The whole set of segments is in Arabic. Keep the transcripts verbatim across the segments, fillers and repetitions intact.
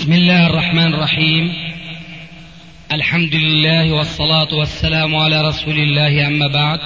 بسم الله الرحمن الرحيم. الحمد لله والصلاة والسلام على رسول الله، أما بعد،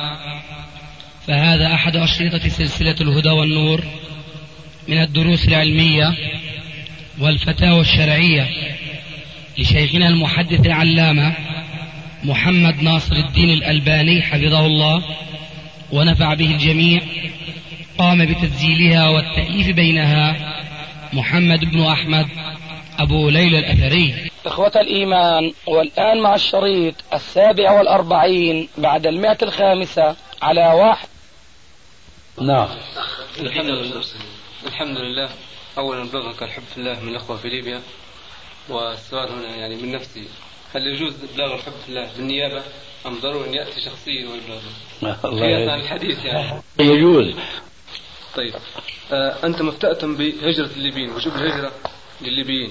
فهذا أحد أشرطة سلسلة الهدى والنور من الدروس العلمية والفتاوى الشرعية لشيخنا المحدث العلامة محمد ناصر الدين الألباني حفظه الله ونفع به الجميع. قام بتسجيلها والتأليف بينها محمد بن أحمد أبو ليلى الأثري. إخوة الإيمان، والآن مع الشريط السابع والأربعين بعد المئة الخامسة على واحد. نعم. الحمد لله. الحمد لله. أولا أبلغك الحب في الله من الأخوة في ليبيا، والسؤال هنا يعني من نفسي، هل يجوز إبلاغ الحب في الله بالنيابة أم ضروري أن يأتي شخصيا ويبلغه؟ خلافا عن الحديث يعني. يجوز. طيب، آه أنت مفتأتم بهجرة الليبيين وشوف الهجرة للليبيين.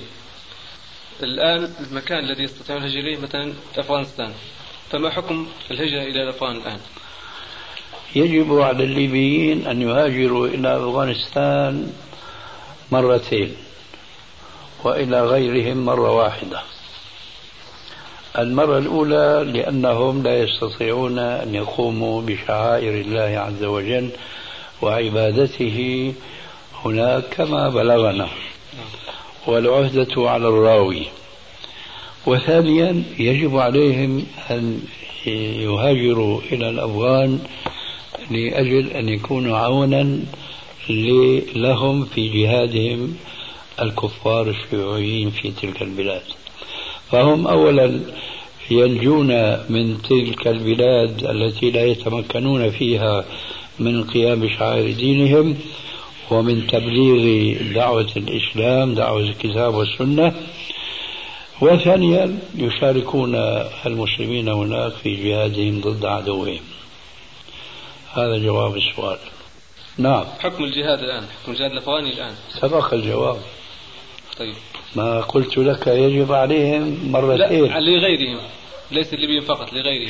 الآن المكان الذي يستطيعون الهجرة إليه مثلا أفغانستان، فما حكم الهجرة إلى الأفغان الآن؟ يجب على الليبيين أن يهاجروا إلى أفغانستان مرتين وإلى غيرهم مرة واحدة. المرة الأولى لأنهم لا يستطيعون أن يقوموا بشعائر الله عز وجل وعبادته هناك كما بلغنا، والعهدة على الراوي. وثانيا يجب عليهم أن يهاجروا إلى الأفغان لأجل أن يكونوا عونا لهم في جهادهم الكفار الشيوعيين في تلك البلاد. فهم أولا ينجون من تلك البلاد التي لا يتمكنون فيها من القيام بشعائر دينهم ومن تبليغ دعوة الإسلام، دعوة الكتاب والسنة. وثانيا يشاركون المسلمين هناك في جهادهم ضد عدوهم. هذا جواب السؤال. نعم. حكم الجهاد الآن، حكم الجهاد الأفغاني الآن سبق الجواب. طيب، ما قلت لك يجب عليهم مرتين. لا، لغيرهم، ليس الليبيين فقط، لغيرهم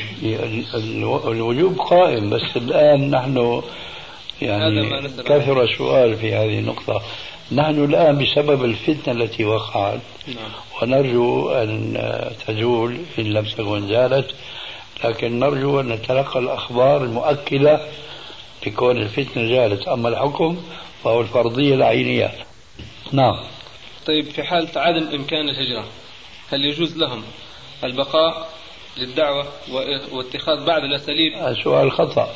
الوجوب قائم. بس الآن نحن يعني كثر السؤال في هذه النقطة. نحن الآن بسبب الفتنة التي وقعت، نعم، ونرجو أن تزول إن لم تكن زالت، لكن نرجو أن نتلقى الأخبار المؤكدة لكون الفتنة زالت. أما الحكم فهو الفرضية العينية. نعم. طيب، في حال عدم إمكان الهجرة، هل يجوز لهم البقاء للدعوة واتخاذ بعض الأساليب؟ السؤال خطأ.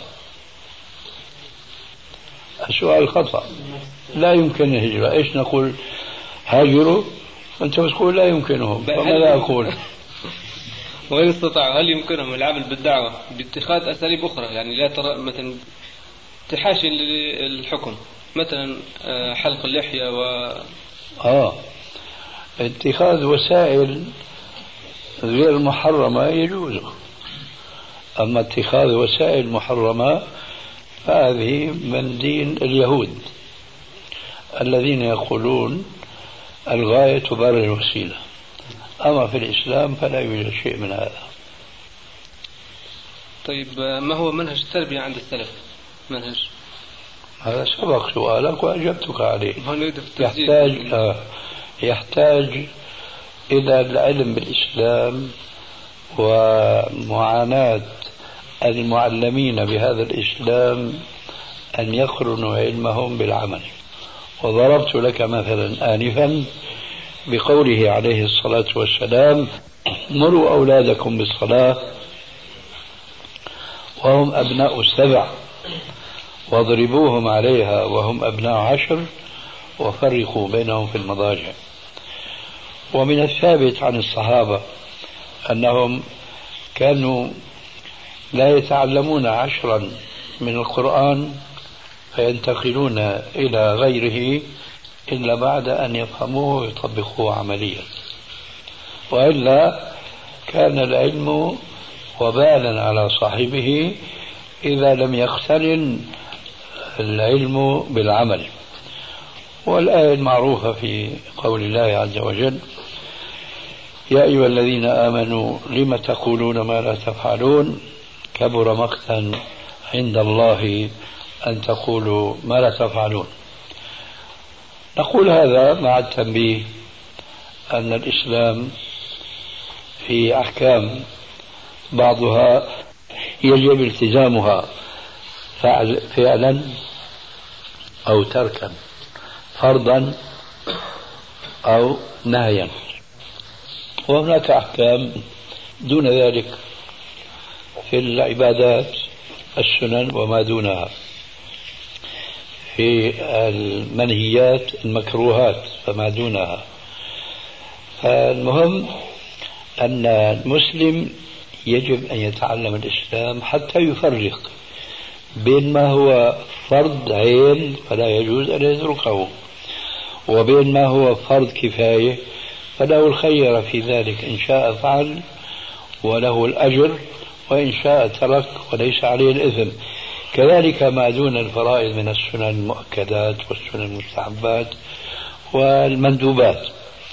السؤال خطأ. لا يمكن الهجرة. إيش نقول؟ هاجروا. أنت تقول لا يمكنهم، فماذا أقول؟ وإن استطاعوا هل يمكنهم العمل بالدعوة باتخاذ أساليب أخرى؟ يعني لا ترى مثلا تحاشي الحكم، مثلا حلق اللحية و آه اتخاذ وسائل غير محرمة يجوز. أما اتخاذ وسائل محرمة فهذه من دين اليهود الذين يقولون الغاية تبرر الوسيلة. أما في الإسلام فلا يوجد شيء من هذا. طيب، ما هو منهج التربية عند السلف؟ منهج هذا سبق سؤالك وأجبتك عليه. يحتاج آه يحتاج إلى العلم بالإسلام ومعاناة المعلمين بهذا الإسلام أن يقرنوا علمهم بالعمل. وضربت لك مثلا آنفا بقوله عليه الصلاة والسلام: مروا أولادكم بالصلاة وهم أبناء سبع واضربوهم عليها وهم أبناء عشر وفرقوا بينهم في المضاجع. ومن الثابت عن الصحابة أنهم كانوا لا يتعلمون عشرا من القرآن فينتقلون إلى غيره إلا بعد أن يفهموه ويطبقوه عمليا، وإلا كان العلم وبالا على صاحبه إذا لم يقترن العلم بالعمل. والآية المعروفة في قول الله عز وجل: يا أيها الذين آمنوا لم تقولون ما لا تفعلون كبر مقتا عند الله أن تقولوا ما لا تفعلون. نقول هذا مع التنبيه أن الإسلام في أحكام بعضها يجب التزامها فعلا أو تركا، فرضا أو نهيا، وهناك أحكام دون ذلك في العبادات السنن وما دونها، في المنهيات المكروهات فما دونها. فالمهم أن المسلم يجب أن يتعلم الإسلام حتى يفرق بين ما هو فرض عين فلا يجوز أن يتركه، وبين ما هو فرض كفاية فله الخير في ذلك، إن شاء فعل وله الأجر، وإن شاء ترك وليس عليه الإثم. كذلك ما دون الفرائض من السنن المؤكدات والسنن المستحبات والمندوبات،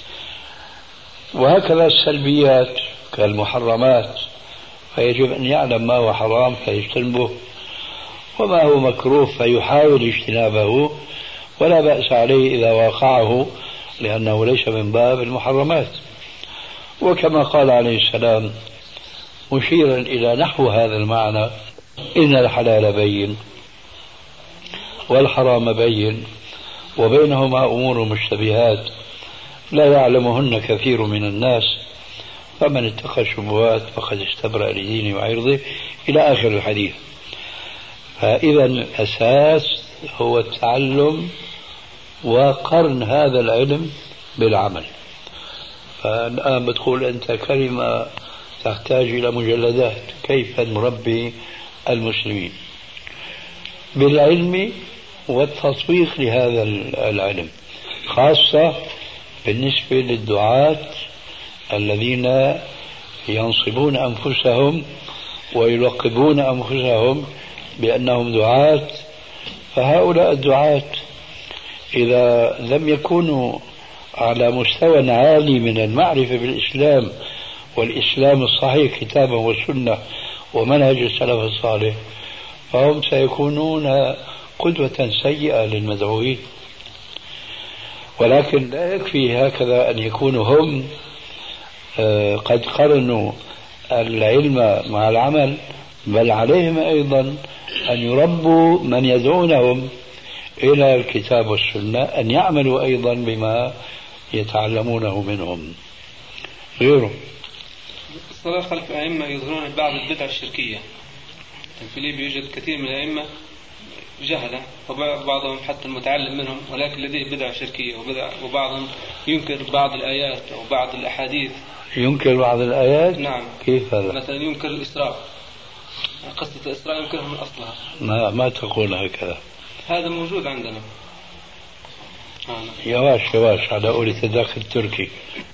وهكذا السلبيات كالمحرمات، فيجب أن يعلم ما هو حرام فيجتنبه، وما هو مكروه فيحاول اجتنابه، ولا بأس عليه إذا واقعه لأنه ليس من باب المحرمات. وكما قال عليه السلام مشيرا إلى نحو هذا المعنى: إن الحلال بين والحرام بين وبينهما أمور مشتبهات لا يعلمهن كثير من الناس فمن اتقى الشبهات فقد استبرأ لدينه وعرضه، إلى آخر الحديث. فإذا الأساس هو التعلم وقرن هذا العلم بالعمل. فالآن بتقول أنت كلمة تحتاج إلى مجلدات: كيف نربي المسلمين بالعلم والتطبيق لهذا العلم، خاصة بالنسبة للدعاة الذين ينصبون أنفسهم ويلقبون أنفسهم بأنهم دعاة. فهؤلاء الدعاة إذا لم يكونوا على مستوى عالي من المعرفة بالإسلام والإسلام الصحيح كتابا وسنة ومنهج السلف الصالح، فهم سيكونون قدوة سيئة للمدعوين. ولكن لا يكفي هكذا أن يكونوا هم قد قرنوا العلم مع العمل، بل عليهم أيضا أن يربوا من يدعونهم إلى الكتاب والسنة أن يعملوا أيضا بما يتعلمونه منهم. غيره الصلاة خلف أئمة يظهرون بعض البدع الشركية. في ليبيا يوجد كثير من الأئمة جهلة، وبعضهم حتى المتعلم منهم ولكن لديه بدع شركية، وبعضهم ينكر بعض الآيات أو بعض الأحاديث. ينكر بعض الآيات؟ نعم. كيف هذا؟ مثلا ينكر الإسراء، قصة الإسراء ينكرها من أصلها. ما, ما تقول هكذا. هذا موجود عندنا. يواش يواش على قولة الداخل التركي.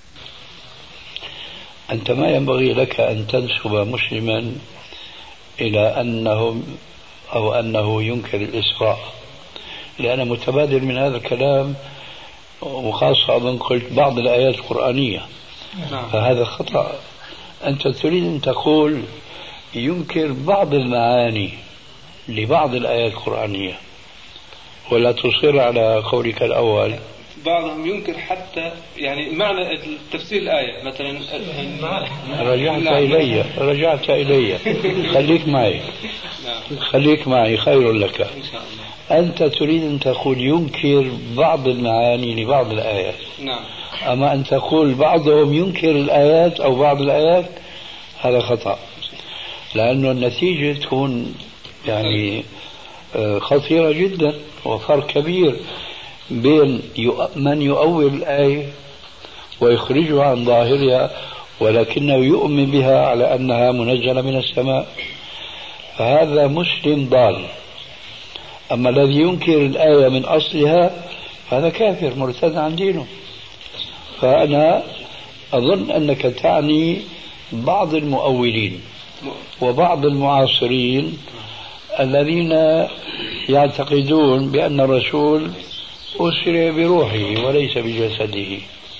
أنت ما ينبغي لك أن تنسب مسلما إلى أنه أو أنه ينكر الإسراء، لأن متبادل من هذا الكلام، وخاصة من قلت بعض الآيات القرآنية، فهذا خطأ. أنت تريد أن تقول ينكر بعض المعاني لبعض الآيات القرآنية، ولا تصر على قولك الأول. بعضهم ينكر حتى يعني معنى تفسير الآية مثلا. رجعت إلي رجعت إلي خليك معي خليك معي خير لك. إن شاء الله. أنت تريد أن تقول ينكر بعض المعاني لبعض الآيات. نعم. أما أن تقول بعضهم ينكر الآيات أو بعض الآيات، هذا خطأ، لأنه النتيجة تكون يعني خطيرة جدا، وفرق كبير بين من يؤول الآية ويخرجها عن ظاهرها ولكنه يؤمن بها على أنها منزلة من السماء، فهذا مسلم ضال. أما الذي ينكر الآية من أصلها هذا كافر مرتد عن دينه. فأنا أظن أنك تعني بعض المؤولين وبعض المعاصرين الذين يعتقدون بأن الرسول أسري بروحه وليس بجسده.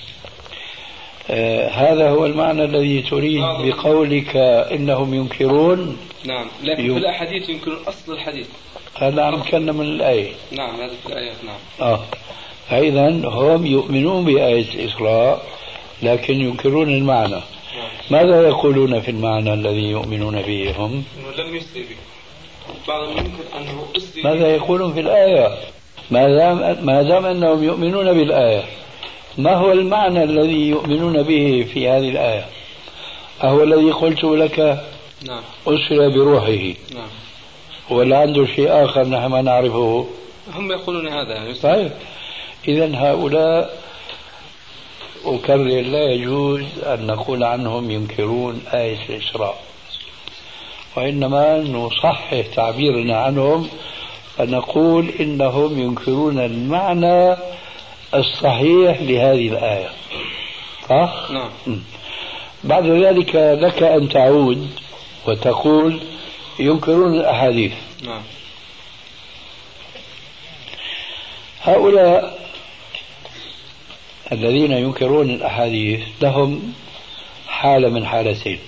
آه هذا هو المعنى الذي تريد بقولك إنهم ينكرون. نعم، لكن ي... في الأحاديث ينكرون أصل الحديث. هذا عم كنا من الآية. نعم، هذا في الآيات. نعم. آه فإذا هم يؤمنون بآية الإسراء لكن ينكرون المعنى. ماذا يقولون في المعنى الذي يؤمنون به هم؟ لم يسري به. بعضهم ينكر أنه أسري. ماذا يقولون في الآية؟ ما دام ما دام أنهم يؤمنون بالآية، ما هو المعنى الذي يؤمنون به في هذه الآية؟ أهو الذي قلت لك نعم أسري بروحه؟ نعم. ولا عنده شيء آخر نحن ما نعرفه؟ هم يقولون هذا يعني. طيب إذن هؤلاء أكرر لا يجوز أن نقول عنهم ينكرون آية الإسراء، وإنما نصحح تعبيرنا عنهم فنقول إنهم ينكرون المعنى الصحيح لهذه الآية. صح؟ نعم. بعد ذلك لك أن تعود وتقول ينكرون الأحاديث. نعم. هؤلاء الذين ينكرون الأحاديث لهم حالة من حالتين: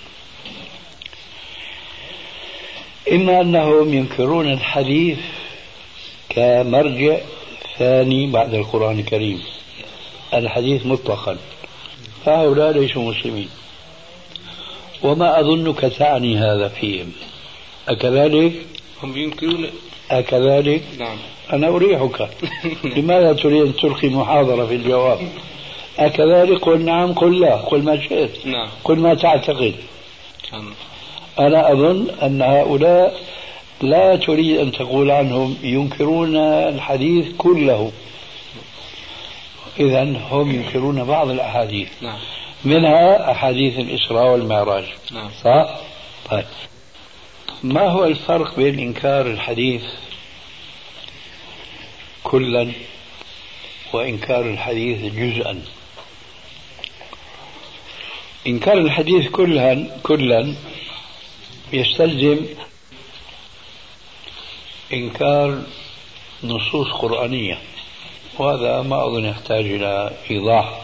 إما أنهم ينكرون الحديث كمرجع ثاني بعد القرآن الكريم، الحديث مطلقا، فهؤلاء ليسوا مسلمين، وما أظنك تعني هذا فيهم. أكذلك؟ هم ينكرون. أكذلك؟ نعم. أنا أريحك. لماذا تريد أن تلقي محاضرة في الجواب؟ أكذلك؟ قل نعم، قل لا، قل ما شئت. نعم. قل ما تعتقد. نعم. أنا أظن أن هؤلاء لا تريد أن تقول عنهم ينكرون الحديث كله، إذن هم ينكرون بعض الأحاديث. نعم. منها أحاديث الإسراء والمعراج. نعم. صح؟ طيب، ما هو الفرق بين إنكار الحديث كلا وإنكار الحديث جزءا؟ إنكار الحديث كلا كلا يستلزم إنكار نصوص قرآنية، وهذا ما أظن يحتاج إلى إيضاح.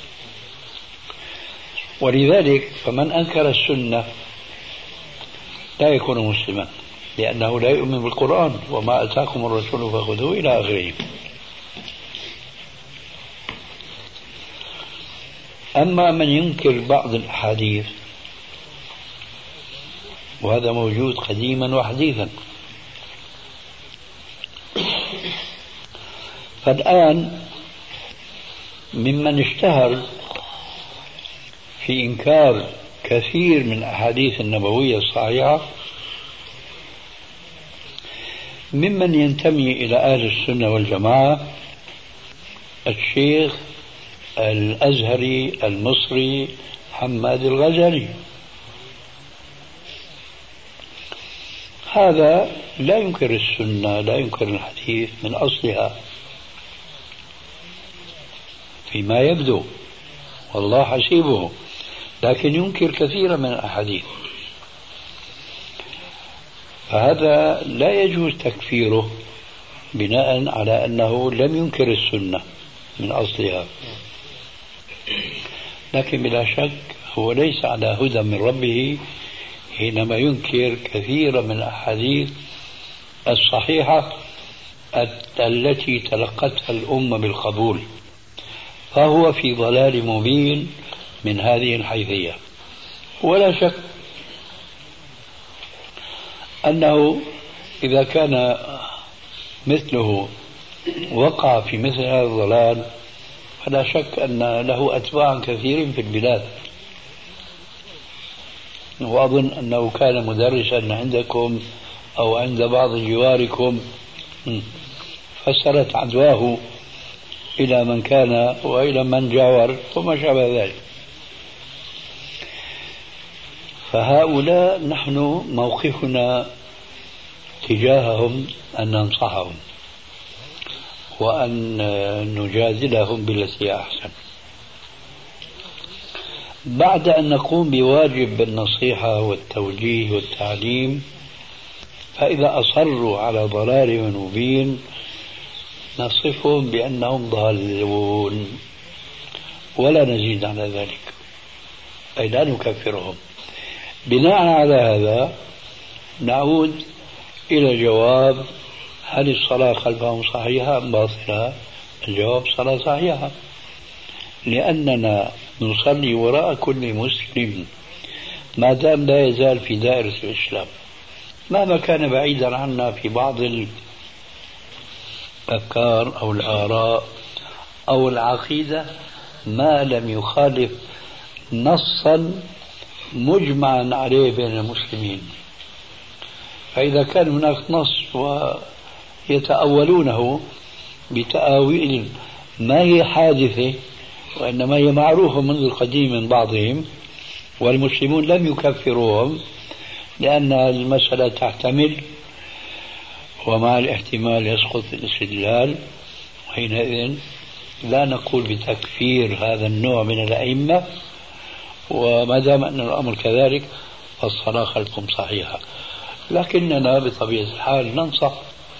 ولذلك فمن أنكر السنة لا يكون مسلما، لأنه لا يؤمن بالقرآن، وما أتاكم الرسول فخذوه إلى آخره. أما من ينكر بعض الأحاديث، وهذا موجود قديما وحديثا، فالآن ممن اشتهر في إنكار كثير من الأحاديث النبوية الصحيحة ممن ينتمي إلى أهل السنة والجماعة الشيخ الأزهري المصري حماد الغزالي. هذا لا ينكر السنة، لا ينكر الحديث من أصلها فيما يبدو، والله حسيبه، لكن ينكر كثيرا من الأحاديث، فهذا لا يجوز تكفيره بناء على أنه لم ينكر السنة من أصلها. لكن بلا شك هو ليس على هدى من ربه حينما ينكر كثيرا من الأحاديث الصحيحة التي تلقتها الأمة بالقبول، فهو في ضلال مبين من هذه الحيثية. ولا شك أنه إذا كان مثله وقع في مثل هذا الضلال فلا شك أن له أتباع كثير في البلاد. وأظن أنه كان مدرسا عندكم أو عند بعض جواركم، فسرت عدواه إلى من كان وإلى من جاور وما شابه ذلك. فهؤلاء نحن موقفنا تجاههم أن ننصحهم وأن نجادلهم بالتي أحسن، بعد أن نقوم بواجب بالنصيحة والتوجيه والتعليم. فإذا أصروا على ضلال مبين نصفهم بأنهم ضالون ولا نزيد على ذلك، أي لا نكفرهم. بناء على هذا نعود إلى جواب: هل الصلاة خلفهم صحيحة أم باطلة؟ الجواب: صلاة صحيحة، لأننا نصلي وراء كل مسلم ما دام لا يزال في دائرة الإسلام، مهما كان بعيدا عنا في بعض الأفكار أو الآراء أو العقيدة، ما لم يخالف نصا مجمعا عليه بين المسلمين. فإذا كان هناك نص ويتأولونه بتأويل ما هي حادثة وإنما هي معروفة منذ القديم من بعضهم، والمسلمون لم يكفروهم لأن المسألة تحتمل، ومع الاحتمال يسقط الاستدلال، حينئذ لا نقول بتكفير هذا النوع من الأئمة، وما دام أن الأمر كذلك فالصلاة خلفهم صحيحة. لكننا بطبيعة الحال ننصح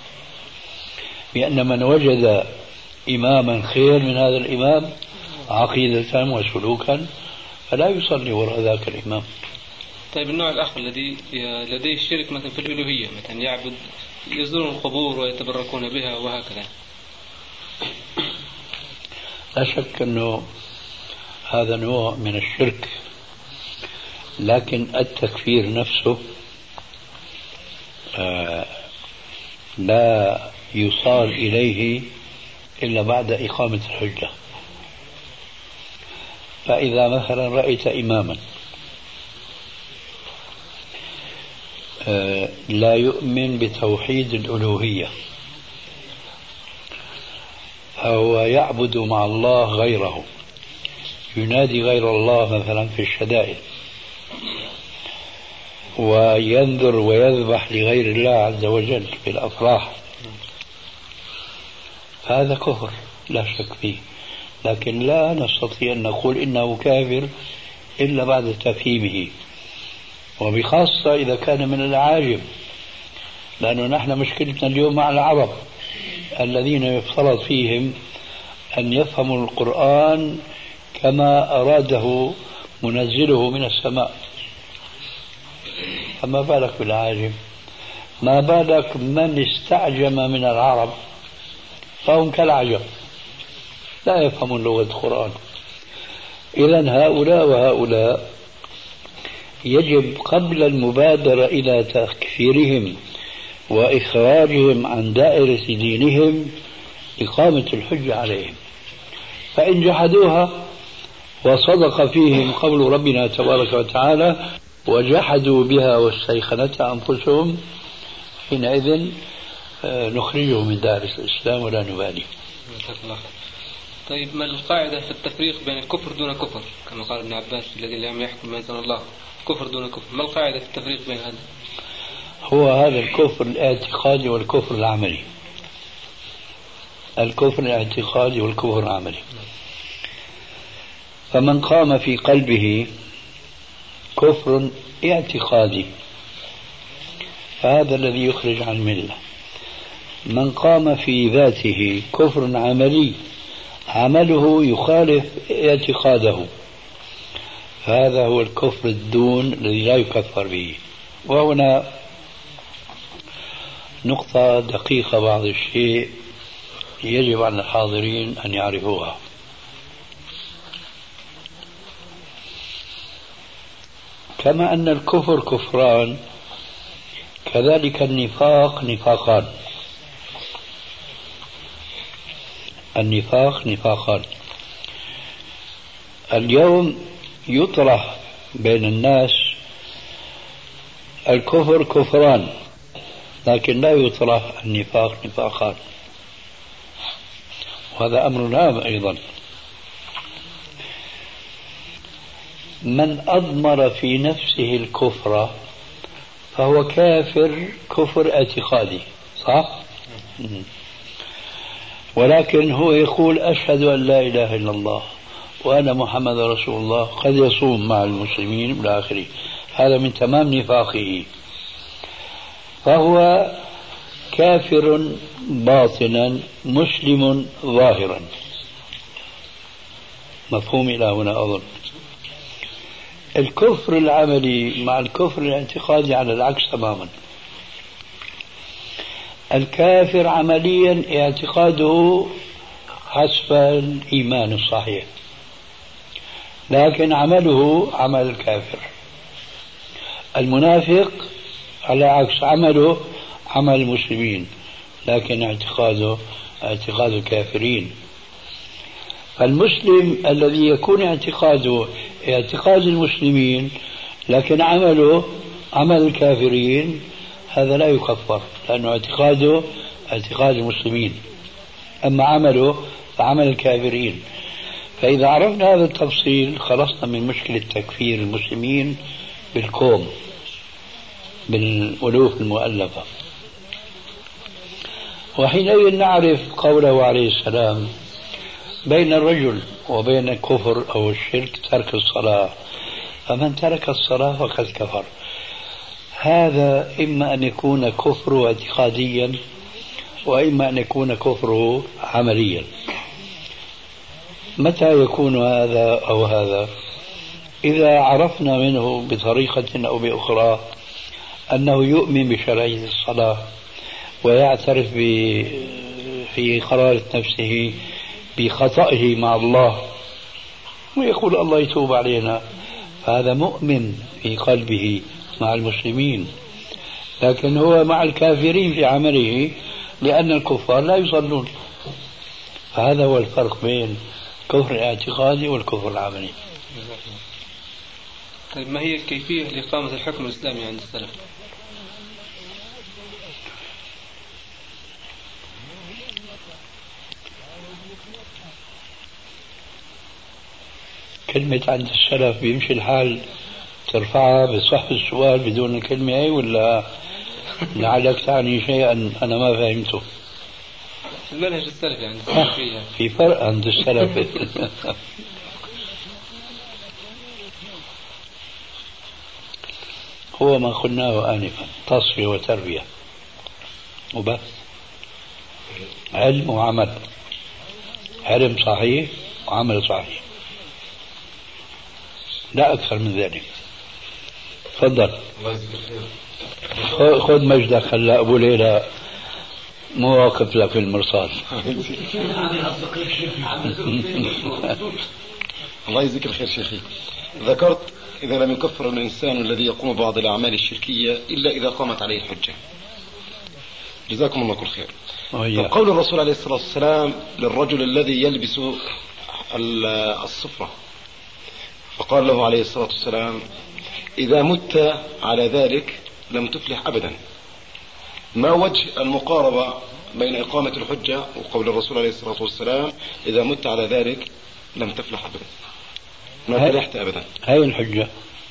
بأن من وجد إماما خير من هذا الإمام عقيدة وسلوكا فلا يصلي وراء ذاك الإمام. طيب النوع الآخر الذي لديه الشرك مثلا في الألوهية، مثلا يعبد يزورون القبور ويتبركون بها وهكذا، لا شك أنه هذا نوع من الشرك، لكن التكفير نفسه آه لا يصار إليه إلا بعد إقامة الحجة. فإذا مثلا رأيت إماما آه لا يؤمن بتوحيد الألوهية، فهو يعبد مع الله غيره، ينادي غير الله مثلا في الشدائد، وينذر ويذبح لغير الله عز وجل في الأفراح، هذا كفر لا شك فيه، لكن لا نستطيع أن نقول إنه كافر إلا بعد تفهيمه، وبخاصة إذا كان من العاجم، لأنه نحن مشكلتنا اليوم مع العرب الذين يفترض فيهم أن يفهموا القرآن كما أراده منزله من السماء، فما بالك بالعاجم؟ ما بالك من استعجم من العرب فهم كالعجم لا يفهمون لغة القرآن. إذن هؤلاء وهؤلاء يجب قبل المبادرة إلى تكفيرهم وإخراجهم عن دائرة دينهم إقامة الحجة عليهم، فإن جحدوها وصدق فيهم قول ربنا تبارك وتعالى وجحدوا بها واستيقنتها أنفسهم، حينئذ نخرجهم من دائرة الإسلام ولا نبالي. طيب ما القاعدة في التفريق بين الكفر دون كفر كما قال ابن عباس الذي لم يحكم ما أنزل الله، كفر دون كفر، ما القاعدة في التفريق بين هذا؟ هو هذا الكفر الاعتقادي والكفر العملي، الكفر الاعتقادي والكفر العملي. فمن قام في قلبه كفر اعتقادي فهذا الذي يخرج عن الملة. من قام في ذاته كفر عملي عمله يخالف اعتقاده فهذا هو الكفر الدون الذي لا يكفر به. وهنا نقطة دقيقة بعض الشيء يجب على الحاضرين أن يعرفوها. كما أن الكفر كفران كذلك النفاق نفاقان. النفاق نفاقان. اليوم يطرح بين الناس الكفر كفران لكن لا يطرح النفاق نفاقان، وهذا أمر هام أيضا. من أضمر في نفسه الكفر فهو كافر كفر اعتقادي، صح؟ ولكن هو يقول أشهد أن لا إله إلا الله وأنا محمد رسول الله، قد يصوم مع المسلمين إلى آخره، هذا من تمام نفاقه، فهو كافر باطنا مسلم ظاهرا. مفهوم إلى هنا أظن. الكفر العملي مع الكفر الاعتقادي على العكس تماما. الكافر عمليا اعتقاده حسب الإيمان الصحيح، لكن عمله عمل الكافر. المنافق على عكس عمله عمل المسلمين، لكن اعتقاده اعتقاد الكافرين. فالمسلم الذي يكون اعتقاده اعتقاد المسلمين لكن عمله عمل الكافرين، هذا لا يكفر، لأنه اعتقاده اعتقاد المسلمين، أما عمله فعمل الكافرين. فإذا عرفنا هذا التفصيل خلصنا من مشكلة تكفير المسلمين بالكوم، بالألوف المؤلفة. وحينئذ نعرف قوله عليه السلام: بين الرجل وبين الكفر أو الشرك ترك الصلاة، فمن ترك الصلاة فقد كفر. هذا إما أن يكون كفره اعتقاديا وإما أن يكون كفره عمليا. متى يكون هذا أو هذا؟ إذا عرفنا منه بطريقة أو بأخرى أنه يؤمن بشرعية الصلاة ويعترف في قرارة نفسه بخطئه مع الله ويقول الله يتوب علينا، فهذا مؤمن في قلبه مع المسلمين، لكن هو مع الكافرين في عمله، لأن الكفار لا يصلون. فهذا هو الفرق بين الكفر الاعتقادي والكفر العملي. طيب ما هي كيفية لإقامة الحكم الإسلامي عند السلف؟ كلمة عند السلف بيمشي الحال ترفعها بصح السؤال بدون الكلمة أي، ولا لعلك تعني شيئا أنا ما فهمته؟ في المنهج السلفي يعني في فرق عند السلف. هو ما قلناه آنفا، تصفية وتربية وبس، علم وعمل، علم صحيح وعمل صحيح، لا أكثر من ذلك. تفضل خذ مجدك. هلا أبو ليلى مو واقف لك في المرصاد. الله يجزيك الخير شيخي. ذكرت إذا لم يكفر الإنسان الذي يقوم ببعض الأعمال الشركية إلا إذا قامت عليه الحجة. جزاكم الله كل خير. فقول الرسول عليه الصلاة والسلام للرجل الذي يلبس الصفرة، فقال له عليه الصلاة والسلام: إذا مت على ذلك لم تفلح أبدا. ما وجه المقاربة بين إقامة الحجة وقول الرسول عليه الصلاة والسلام: إذا مت على ذلك لم تفلح أبدا، ما فلحت أبدا؟ هاي الحجة.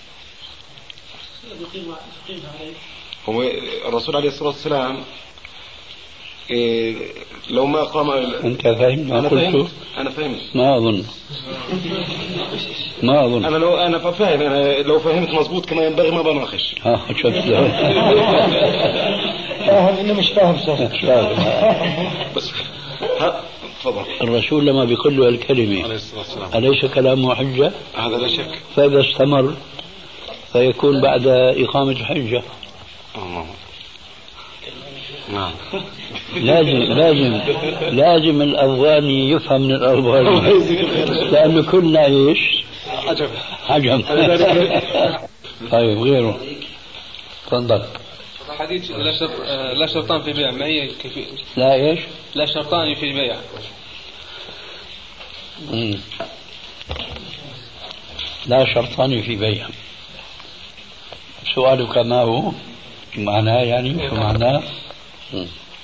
هو الرسول عليه الصلاة والسلام إيه لو ما قام أنت فهمت ما أنا قلته؟ فهمت. أنا فهمت ما أظن ما أظن أنا لو أنا فاهم أنا لو فهمت مظبوط كما ينبغي ما بناقش. ها شفت فاهم إنه مش فاهم صح. بس ها تفضل. الرسول لما بيقول له الكلمة عليه الصلاة والسلام أليس كلامه حجة؟ هذا لا شك. فإذا استمر فيكون بعد إقامة الحجة. الله. نعم. لازم لازم لازم الأفغاني يفهم من الأفغاني، لأنه كلنا إيش؟ عجب عجب. طيب غيره. تفضل. حديث لا شرط لا شرطان في البيع، ما هي كيفية؟ لا إيش؟ لا شرطان في البيع. مم. لا شرطان في بيع. سؤالك ما هو؟ معناه يعني شو معناه؟ مم.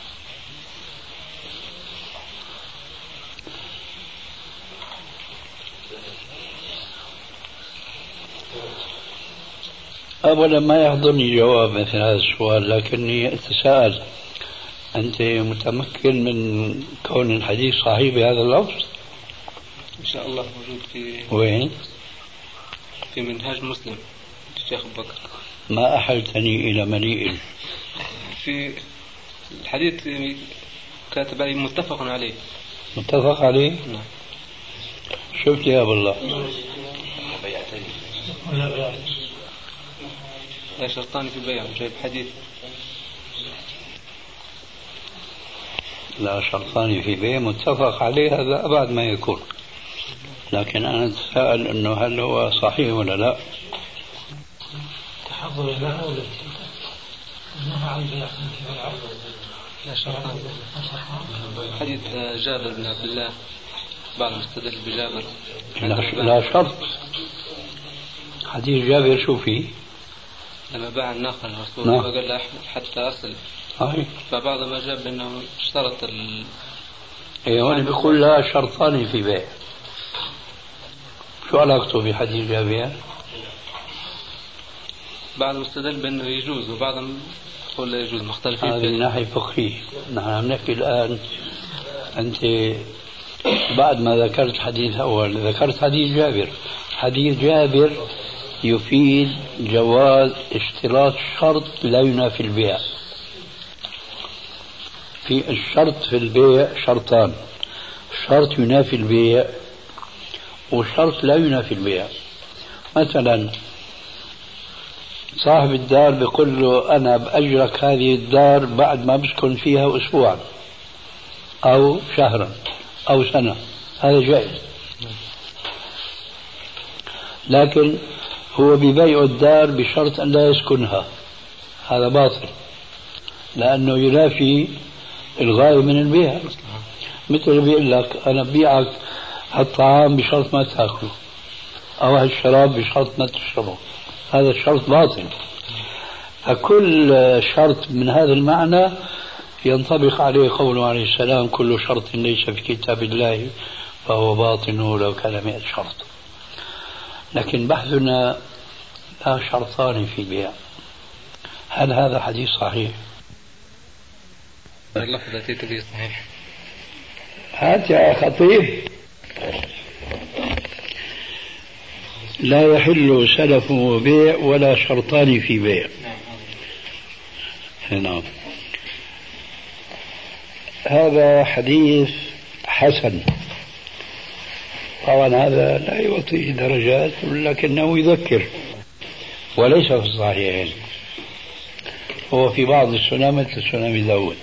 أولا ما يحضرني جواب مثل هذا السؤال، لكني أتساءل: أنت متمكن من كون الحديث صحيح بهذا اللفظ؟ إن شاء الله موجود في وين؟ في منهاج مسلم الشيخ بكر. ما أحلتني إلى مليء. في الحديث كاتب عليه متفق عليه. متفق عليه؟ نعم. شفت يا أبو الله؟ لا شرطان في البيع، جايب حديث. لا شرطان في بيع متفق عليه، هذا أبعد ما يكون. لكن أنا أتساءل أنه هل هو صحيح ولا لا؟ تحضر له ولا نهى عن بيع العرض لا شرطان. حديث جابر بن عبد الله بعض المستدل بجابر لا, لا شرط. حديث جابر شو فيه؟ لما باع الناقة الرسول نعم. فقال له حتى أصل صحيح. فبعض ما جاب أنه اشترط ال إيه هون بيقول لا شرطان في بيع. شو علاقته بحديث جابر؟ بعض المستدل بأنه يجوز وبعضهم يقول لا يجوز، مختلفين. هذه من ناحية فقهية. نحن عم نحكي الآن أنت بعد ما ذكرت حديث أول ذكرت حديث جابر. حديث جابر يفيد جواز اشتراط شرط لا ينافي البيع. في الشرط في البيع شرطان: شرط ينافي البيع وشرط لا ينافي البيع. مثلا صاحب الدار بيقول له أنا بأجرك هذه الدار بعد ما بسكن فيها أسبوعا أو شهرا أو سنة، هذا جائز. لكن هو ببيع الدار بشرط أن لا يسكنها، هذا باطل لأنه ينافي الغاية من البيع. مثل بيقول لك أنا ببيعك هالطعام بشرط ما تأكله أو هالشراب بشرط ما تشربه، هذا الشرط باطل. فكل شرط من هذا المعنى ينطبق عليه قوله عليه السلام: كل شرط ليس في كتاب الله فهو باطل ولو كان مئة شرط. لكن بحثنا لا شرطان في بيع. هل هذا حديث صحيح؟ اللفظ التي تبي صحيح. هات يا خطيب. لا يحل سلف وبيع ولا شرطان في بيع. نعم. هذا حديث حسن. طبعا هذا لا يعطيه درجات لكنه يذكر، وليس في الصحيحين، هو في بعض السنن مثل سنن أبي داود،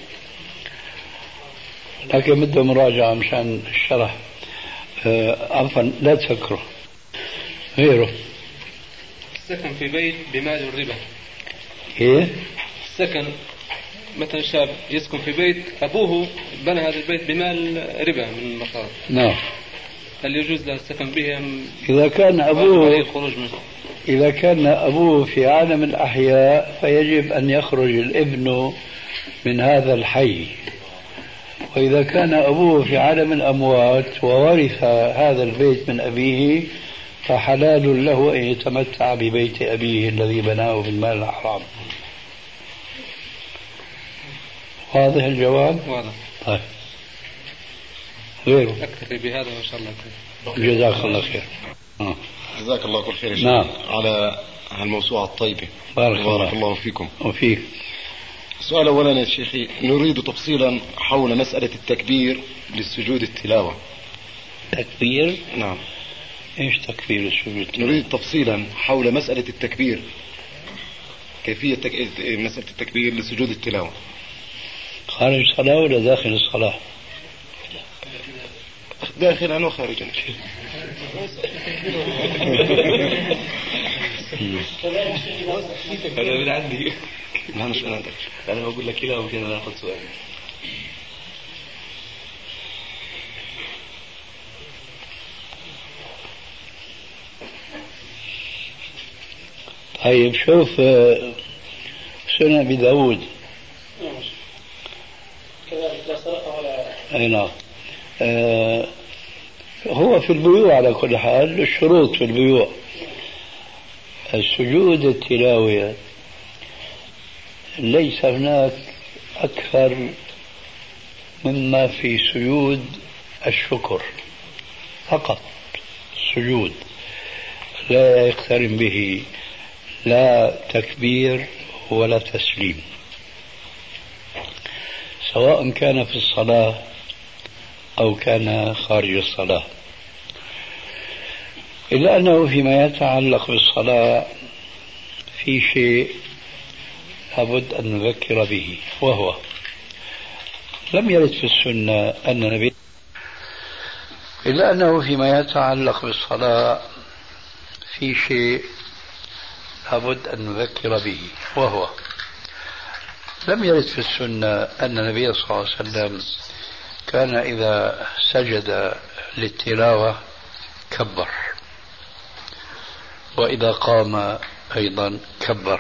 لكن بده مراجعة مشان الشرح. عفوا لا تسكره. غيره السكن في بيت بمال الربا. ايه السكن مثلا شاب يسكن في بيت أبوه بنى هذا البيت بمال ربا من المصارف. نعم. هل يجوز له السكن به أم إذا كان أبوه الخروج منه؟ إذا كان أبوه في عالم الأحياء فيجب أن يخرج الابن من هذا الحي، وإذا كان أبوه في عالم الأموات وورث هذا البيت من أبيه فحلال له أن يتمتع ببيت أبيه الذي بناه بالمال الحرام. واضح الجواب؟ واضح. طيب غيره. أكتفي بهذا وإن شاء الله خير. جزاك الله خير. آه. جزاك الله كل خير. نعم. على الموسوعة الطيبة. بارك, بارك الله فيكم. وفيك. السؤال أولا يا شيخي، نريد تفصيلا حول مسألة التكبير للسجود التلاوة. تكبير؟ نعم. ايش تكبير السجود؟ نريد تفصيلا حول مسألة التكبير، كيفية تك... مسألة التكبير لسجود التلاوة. خارج الصلاة ولا داخل الصلاة؟ داخلا وخارجا. أنا من عندي. لا مش من عندك، أنا بقول لك كذا وكذا ناخذ سؤال. طيب شوف سنن أبي داود. أي نعم. آه هو في البيوع على كل حال الشروط في البيوع. السجود التلاوة ليس هناك أكثر مما في سجود الشكر فقط. سجود لا يقترن به لا تكبير ولا تسليم، سواء كان في الصلاة أو كان خارج الصلاة، إلا أنه فيما يتعلق بالصلاة في شيء لابد أن نذكر به، وهو لم يرد في السنة أن النبي إلا أنه فيما يتعلق بالصلاة في شيء لابد أن نذكر به، وهو لم يرد في السنة أن النبي صلى الله عليه وسلم كان إذا سجد للتلاوة كبر، وإذا قام أيضا كبر،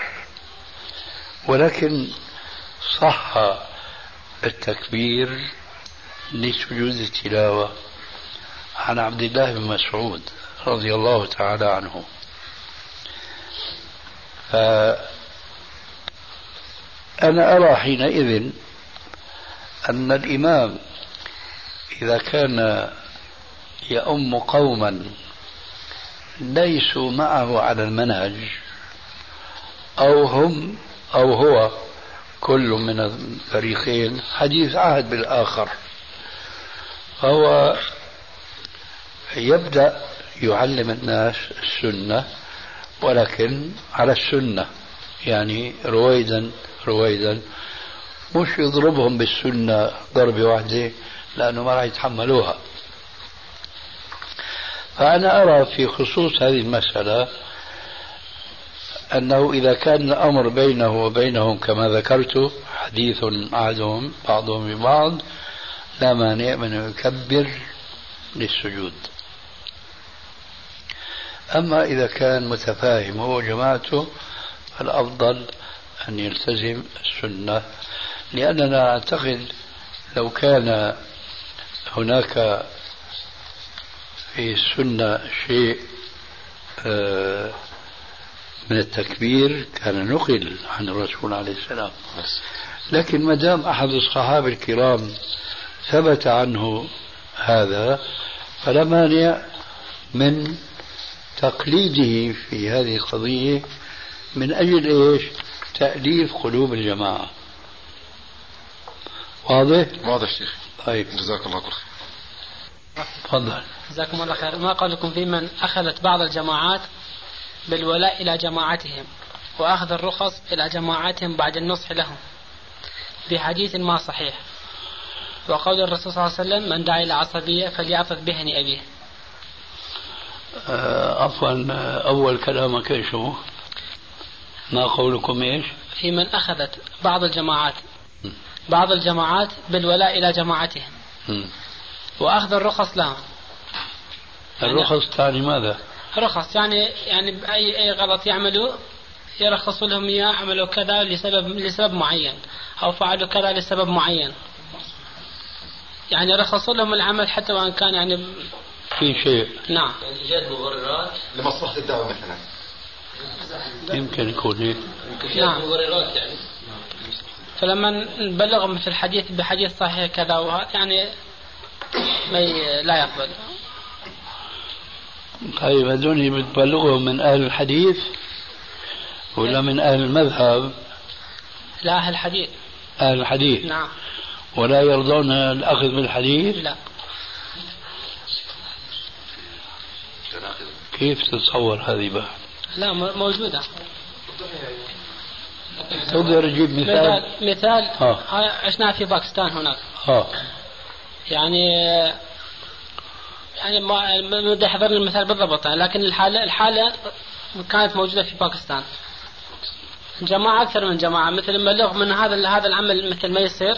ولكن صح التكبير لسجود التلاوة عن عبد الله بن مسعود رضي الله تعالى عنه. فأنا أرى حينئذ أن الإمام إذا كان يؤم قوما ليسوا معه على المنهج، أو هم أو هو كل من الفريقين حديث عهد بالآخر، فهو يبدأ يعلم الناس السنة، ولكن على السنة، يعني رويدا رويدا، مش يضربهم بالسنة ضربة واحدة لأنه ما راح يتحملوها. فأنا أرى في خصوص هذه المسألة أنه إذا كان الأمر بينه وبينهم كما ذكرت حديث عهدهم بعضهم ببعض، لا مانع من أن يكبر للسجود. أما إذا كان متفاهم هو جماعته فالأفضل أن يلتزم السنة، لأننا أعتقد لو كان هناك في السنة شيء من التكبير كان نقل عن الرسول عليه السلام، لكن ما دام أحد الصحابة الكرام ثبت عنه هذا فلا مانع من تقليده في هذه القضية من أجل إيش؟ تأليف قلوب الجماعة. واضح؟ واضح شيخ. طيب جزاك الله كل خير. تفضل. جزاكم الله خير. ما قولكم في من أخذت بعض الجماعات بالولاء إلى جماعتهم وأخذ الرخص إلى جماعتهم بعد النصح لهم بحديث ما صحيح، وقول الرسول صلى الله عليه وسلم من دعا إلى عصبية فليعطف بهن أبيه. عفوا، أول كلامك إيش هو؟ ما قولكم إيش؟ في من أخذت بعض الجماعات بعض الجماعات بالولاء إلى جماعتهم م. وأخذ الرخص لهم. الرخص تعني ماذا؟ رخص يعني يعني بأي أي غلط يعملوا يرخصوا لهم إياه، عملوا كذا لسبب لسبب معين، أو فعلوا كذا لسبب معين، يعني رخصوا لهم العمل حتى وإن كان يعني في شيء. نعم. إيجاد مبررات لمصلحة الدعوة مثلا. يمكن يكون هيك. نعم. مبررات يعني. فلما نبلغهم مثل الحديث بحديث صحيح كذا وهذا يعني ما لا يقبل. طيب هذول بتبلغهم من أهل الحديث ولا من أهل المذهب؟ لا، أهل الحديث. أهل الحديث. نعم. ولا يرضون الأخذ بالحديث؟ لا. كيف تتصور هذه بقى؟ لا موجودة. تقدر تجيب مثال؟ مثال آه. عشنا في باكستان هناك. آه. يعني يعني ما بدي أحضر المثال بالضبط، لكن الحالة الحالة كانت موجودة في باكستان. جماعة أكثر من جماعة مثل بلغ من هذا هذا العمل مثل ما يصير،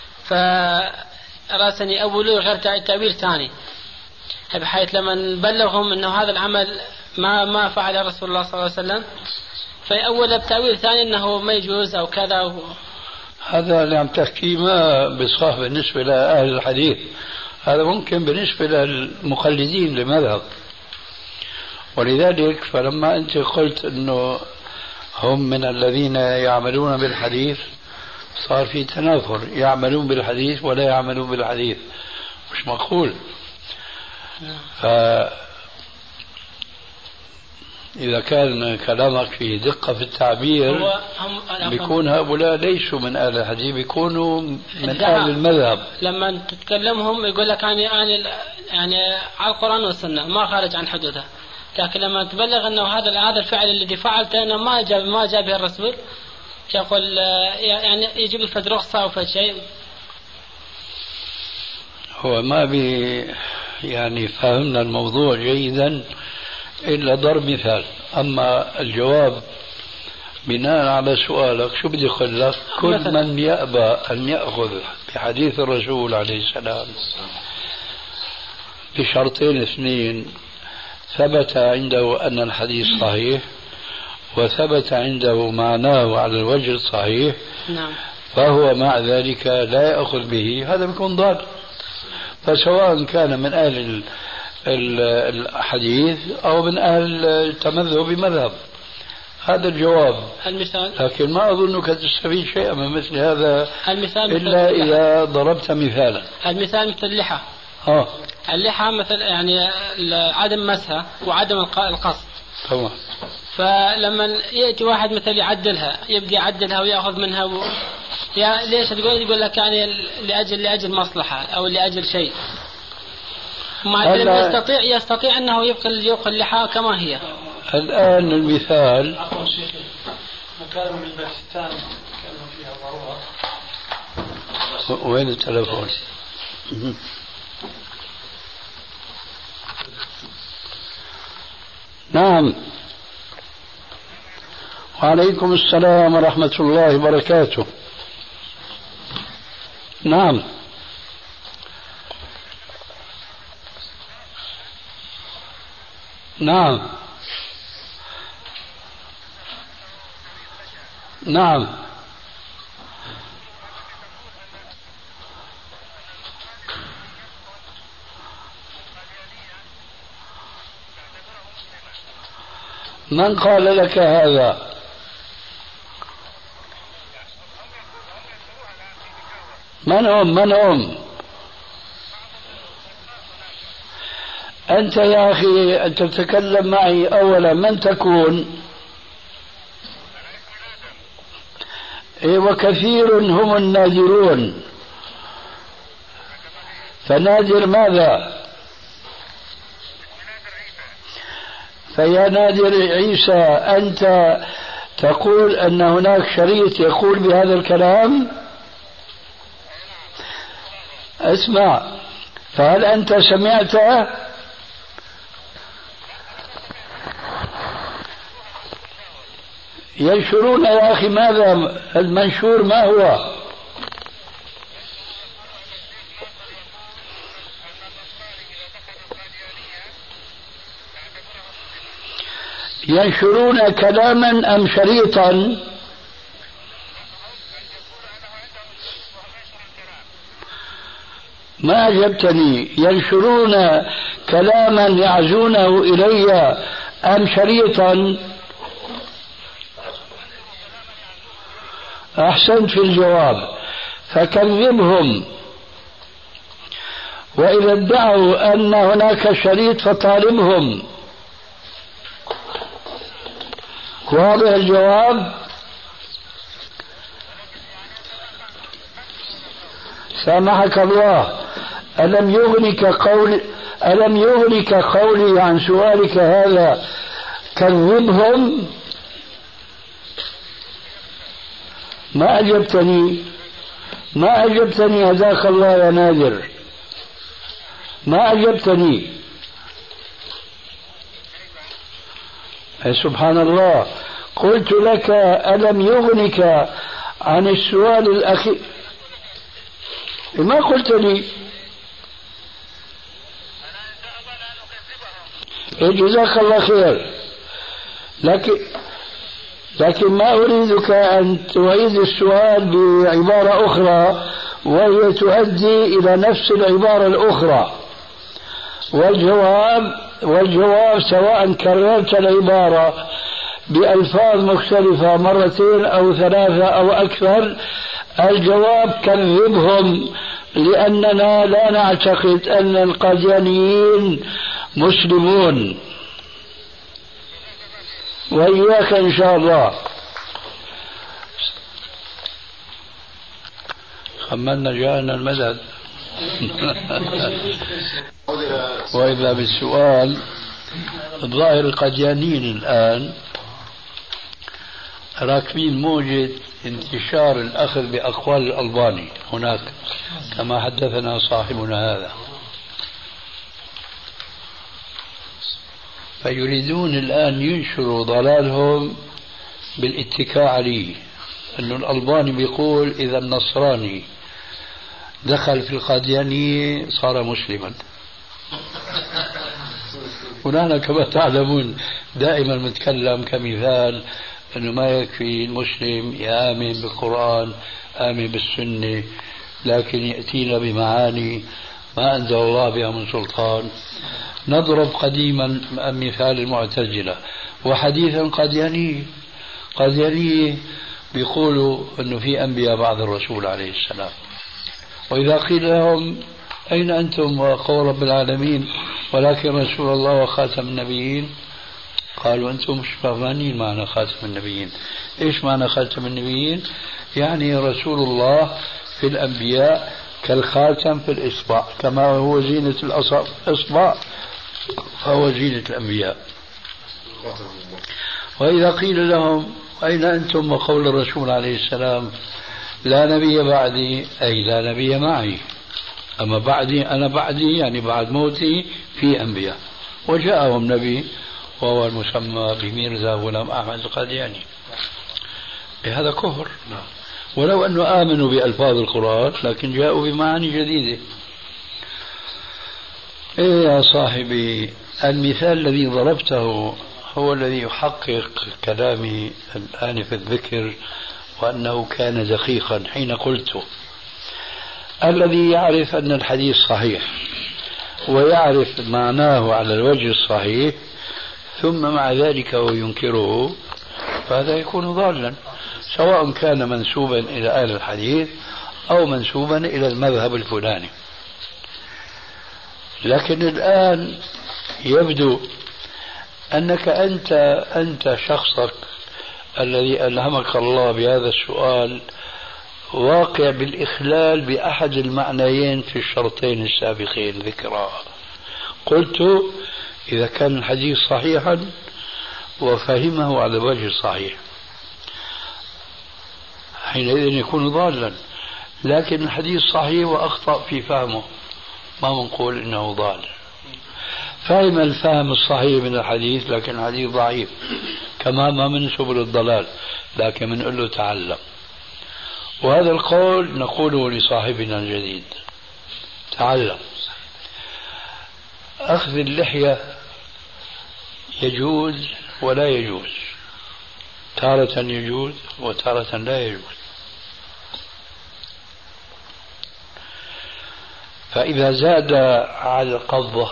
فراسني أولوا غير تأويل ثاني، بحيث لما نبلغهم إنه هذا العمل ما ما فعل رسول الله صلى الله عليه وسلم فأول بتأويل ثاني إنه ما يجوز أو كذا و... هذا اللي عم تحكيه ما بصح بالنسبة لأهل الحديث، هذا ممكن بالنسبة للمقلدين لمذهب. ولذلك فلما أنت قلت أنه هم من الذين يعملون بالحديث صار في تنافر، يعملون بالحديث ولا يعملون بالحديث، مش مقول. إذا كان كلامك فيه دقة في التعبير بيكون هؤلاء ليسوا من أهل الحديث، بيكونوا من أهل المذهب. لما تتكلمهم يقول لك أنا أنا يعني على القرآن والسنة ما خارج عن حدودها، لكن لما تبلغ أنه هذا هذا الفعل الذي فعلته أنه ما جاب ما جاء به الرسول، يقول يعني يجيب الفد رخصة أو فد شيء. هو ما بي يعني فهمنا الموضوع جيدا إلا ضرب مثال. أما الجواب بناء على سؤالك شو بدي أقول لك؟ كل من يأبى أن يأخذ بحديث الرسول عليه السلام بشرطين اثنين، ثبت عنده أن الحديث صحيح وثبت عنده معناه على الوجه الصحيح، نعم. فهو مع ذلك لا يأخذ به، هذا بيكون ضال. فسواء كان من أهل الحديث أو من أهل التمذهب بمذهب، هذا الجواب. المثال، لكن ما أظنك تستفيد شيئا من مثل هذا المثال إلا إذا ضربت مثالا. المثال مثل اللحى. آه. اللحى مثل يعني عدم مسها وعدم القصد. طبعا. فلما يأتي واحد مثل يعدلها، يبدأ يعدلها ويأخذ منها و... يا ليش تقول؟ يقول لك يعني لأجل لأجل مصلحة أو لأجل شيء. ما يستطيع يستطيع أنه يبقى يبقى اللحى كما هي. الآن المثال مكالمة من باكستان كلمة فيها ضرورة. وين التلفون؟ نعم. وعليكم السلام ورحمة الله وبركاته. نعم. نعم. نعم. من قال لك هذا؟ من هم من هم أنت يا أخي أن تتكلم معي؟ أولا من تكون؟ إيه، وكثير هم النادرون، فنادر ماذا؟ فيا نادر عيسى أنت تقول أن هناك شريط يقول بهذا الكلام؟ اسمع، فهل أنت سمعته؟ ينشرون يا أخي، ماذا المنشور؟ ما هو؟ ينشرون كلاما أم شريطا؟ ما أجبتني. ينشرون كلاما يعزونه إلي أم شريطا؟ أحسنت في الجواب، فكذبهم. وإذا ادعوا أن هناك شريط فطالبهم. واضح الجواب؟ سامحك الله. ألم يغنك قول ألم يغنك قولي عن سؤالك هذا؟ كذبهم. ما أجبتني ما أجبتني هداك الله يا نادر، ما أجبتني. سبحان الله. قلت لك ألم يغنك عن السؤال الأخير؟ ما قلت لي. جزاك الله خير، لكن لكن ما أريدك أن تعيد السؤال بعبارة أخرى وهي تؤدي إلى نفس العبارة الأخرى. والجواب والجواب سواء كررت العبارة بألفاظ مختلفة مرتين أو ثلاثة أو أكثر، الجواب كذبهم، لأننا لا نعتقد أن القاديانيين مسلمون. وإياك إن شاء الله. خمنا جاءنا المدد. وإذا بالسؤال، الظاهر القاديانيين الآن راكبين موجة انتشار الأخذ بأقوال الألباني هناك كما حدثنا صاحبنا هذا. فيريدون الآن ينشروا ضلالهم بالاتكاء عليه، أنه الألباني بيقول إذا النصراني دخل في القاديانية صار مسلما. ونحن كما تعلمون دائما نتكلم كمثال أنه ما يكفي المسلم يآمن بالقرآن آمن بالسنة، لكن يأتينا بمعاني ما أنزل الله بها من سلطان. نضرب قديما مثال المعتزلة، وحديثا قاديانية قاديانية بيقولوا أنه في أنبياء بعد الرسول عليه السلام، وإذا قيل لهم أين أنتم وقول رب العالمين ولكن رسول الله وخاتم النبيين، قالوا أنتم مش فاهمين معنى خاتم النبيين. إيش معنى خاتم النبيين؟ يعني رسول الله في الأنبياء كالخاتم في الإصبع، كما هو زينة الإصبع فهو زينة الأنبياء. وإذا قيل لهم أين أنتم وقول الرسول عليه السلام لا نبي بعدي، أي لا نبي معي، أما بعدي أنا بعدي يعني بعد موتي في أنبياء، وجاءهم نبي وهو المسمى بميرزا غلام أحمد القادياني. هذا كفر، ولو أنه آمنوا بألفاظ القرآن لكن جاءوا بمعاني جديدة. إيه يا صاحبي، المثال الذي ضربته هو الذي يحقق كلامي الآن في الذكر، وأنه كان دقيقا حين قلت الذي يعرف أن الحديث صحيح ويعرف معناه على الوجه الصحيح ثم مع ذلك هو ينكره، فهذا يكون ضالا، سواء كان منسوبا إلى أهل الحديث أو منسوبا إلى المذهب الفلاني. لكن الآن يبدو أنك أنت أنت شخصك الذي ألهمك الله بهذا السؤال واقع بالإخلال بأحد المعنيين في الشرطين السابقين ذكرى. قلت إذا كان الحديث صحيحا وفهمه على الوجه الصحيح حينئذ يكون ضالا، لكن الحديث صحيح وأخطأ في فهمه ما نقول إنه ضال. فهم الفهم الصحيح من الحديث لكن الحديث ضعيف، كما ما من سبل الضلال، لكن بنقول له تعلم. وهذا القول نقوله لصاحبنا الجديد، تعلم. أخذ اللحية يجوز ولا يجوز، تارة يجوز وتارة لا يجوز. فإذا زاد على القبضة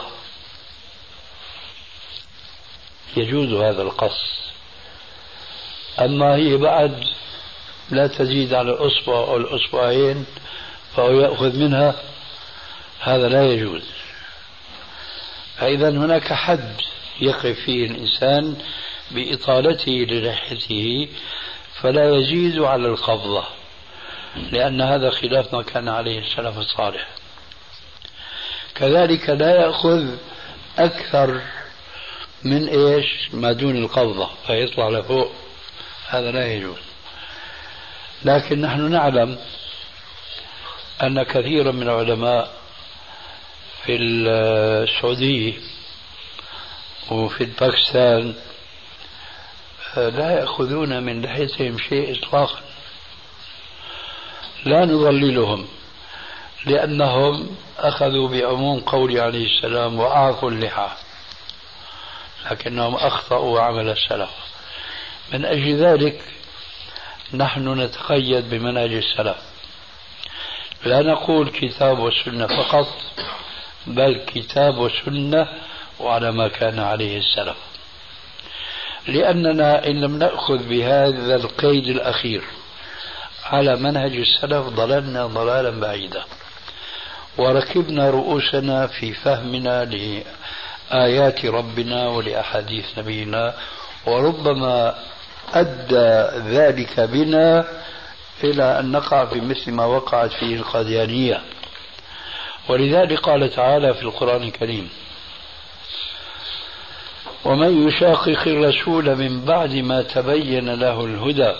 يجوز هذا القص، أما هي بعد لا تزيد على الأصبع أو الأصبعين فهو يأخذ منها، هذا لا يجوز. فإذا هناك حد يقف فيه الإنسان بإطالته للحيته فلا يزيد على القبضة، لأن هذا خلاف ما كان عليه السلف الصالح. كذلك لا يأخذ أكثر من إيش ما دون القبضة فيطلع لفوق، هذا لا يجوز. لكن نحن نعلم أن كثيرا من العلماء في السعودية وفي باكستان لا يأخذون من لحيتهم شيء إطلاقا، لا نضللهم، لأنهم أخذوا بعموم قول عليه السلام وأعفوا اللحى، لكنهم أخطأوا عمل السلف. من أجل ذلك نحن نتقيد بمنهج السلف، لا نقول كتاب وسنة فقط، بل كتاب وسنة وعلى ما كان عليه السلف، لأننا إن لم نأخذ بهذا القيد الأخير على منهج السلف ضللنا ضلالا بعيدا، وركبنا رؤوسنا في فهمنا لآيات ربنا ولأحاديث نبينا، وربما أدى ذلك بنا إلى أن نقع في مثل ما وقعت فيه القاديانية. ولذلك قال تعالى في القرآن الكريم: ومن يشاقق الرسول من بعد ما تبين له الهدى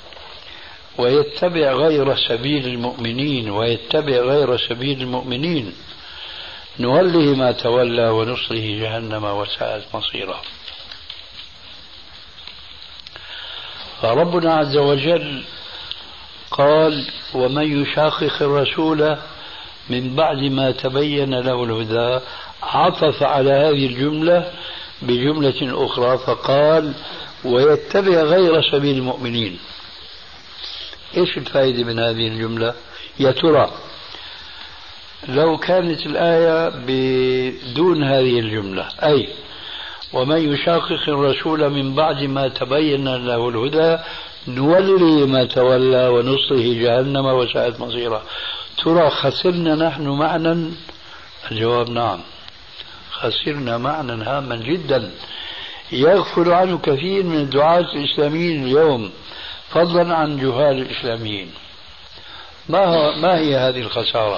ويتبع غير سبيل المؤمنين ويتبع غير سبيل المؤمنين نوله ما تولى ونصره جهنم وساءت مصيرا. فربنا عز وجل قال ومن يشاقق الرسول من بعد ما تبين له الهدى، عطف على هذه الجملة بجملة أخرى فقال ويتبع غير سبيل المؤمنين. إيش الفائدة من هذه الجملة؟ يا ترى لو كانت الآية بدون هذه الجملة، أي ومن يشاقق الرسول من بعد ما تبين له الهدى نولي ما تولى ونصله جهنم وساءت مصيرا، ترى خسرنا نحن معنى؟ الجواب نعم، خسرنا معنى هاما جدا يغفل عنه كثير من الدعاة الإسلاميين اليوم، فضلا عن جهال الإسلاميين. ما, هو ما هي هذه الخسارة؟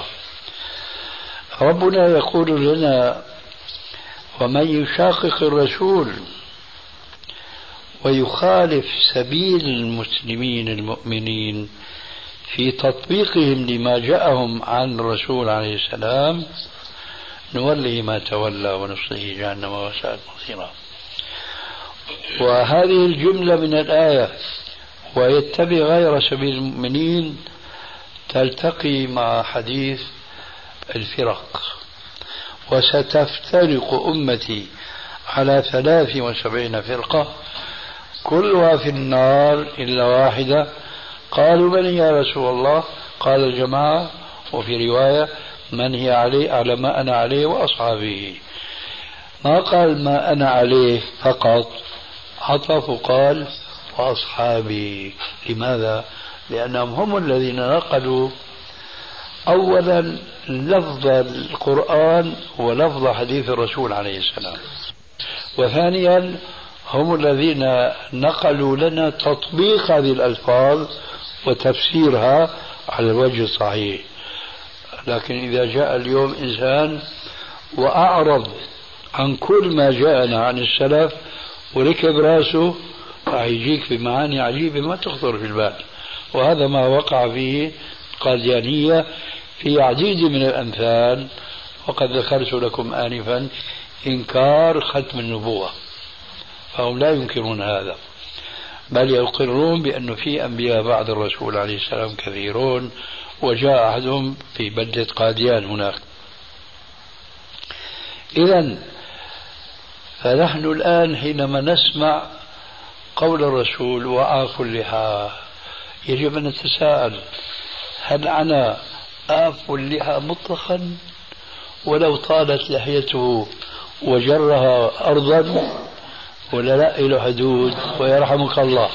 ربنا يقول لنا ومن يشاقق الرسول ويخالف سبيل المسلمين المؤمنين في تطبيقهم لما جاءهم عن الرسول عليه السلام نوله ما تولى ونصله جهنم وساءت مصيرا. وهذه الجملة من الآية ويتبع غير سبيل المؤمنين تلتقي مع حديث الفرق، وستفترق أمتي على ثلاث وسبعين فرقة كلها في النار إلا واحدة. قالوا من يا رسول الله؟ قال الجماعة، وفي رواية من هي عليه على ما أنا عليه وأصحابه. ما قال ما أنا عليه فقط، عطف وقال وأصحابي. لماذا؟ لأنهم هم الذين نقلوا أولا لفظ القرآن ولفظ حديث الرسول عليه السلام، وثانيا هم الذين نقلوا لنا تطبيق هذه الألفاظ وتفسيرها على الوجه الصحيح. لكن إذا جاء اليوم إنسان وأعرض عن كل ما جاءنا عن السلف وركب راسه فيجيك بمعاني عجيبة ما تخطر في البال، وهذا ما وقع فيه قاديانية في عديد من الأمثال. وقد ذكرت لكم آنفا إنكار ختم النبوة، فهم لا ينكرون هذا بل يقرون بأنه في أنبياء بعد الرسول عليه السلام كثيرون، وجاء أحدهم في بلدة قاديان هناك. إذن فنحن الآن حينما نسمع قول الرسول وآفوا اللحى يجب أن نتساءل هل أنا آفوا اللحى مطلقا ولو طالت لحيته وجرها أرضا، ولا لا إله حدود ويرحمك الله؟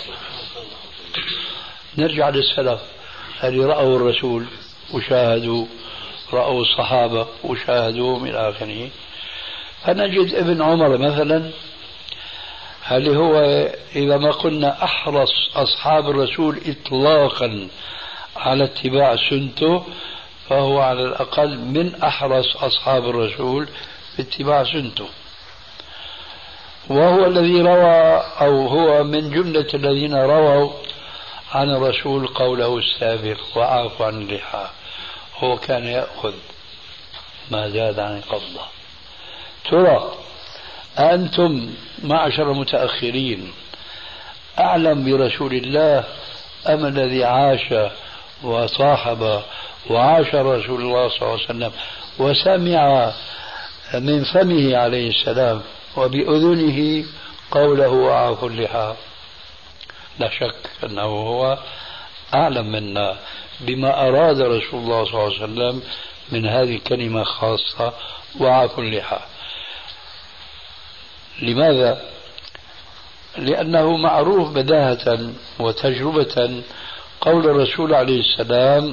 نرجع للسلف، هل رأوا الرسول وشاهدوا، رأوا الصحابة وشاهدوهم إلى آخره. فنجد ابن عمر مثلا، هل هو إذا ما قلنا أحرص أصحاب الرسول إطلاقا على اتباع سنته، فهو على الأقل من أحرص أصحاب الرسول في اتباع سنته، وهو الذي روى أو هو من جملة الذين رووا عن الرسول قوله السابق وعافوا عن اللحى. هو كان يأخذ ما زاد عن القبضة. ترى أنتم معشر المتأخرين أعلم برسول الله أم الذي عاش وصاحب وعاش رسول الله صلى الله عليه وسلم وسمع من فمه عليه السلام وبأذنه قوله وعافوا اللحى؟ لا شك أنه هو أعلم منا بما أراد رسول الله صلى الله عليه وسلم من هذه الكلمة خاصة وعافوا اللحى. لماذا؟ لأنه معروف بداهة وتجربة قول الرسول عليه السلام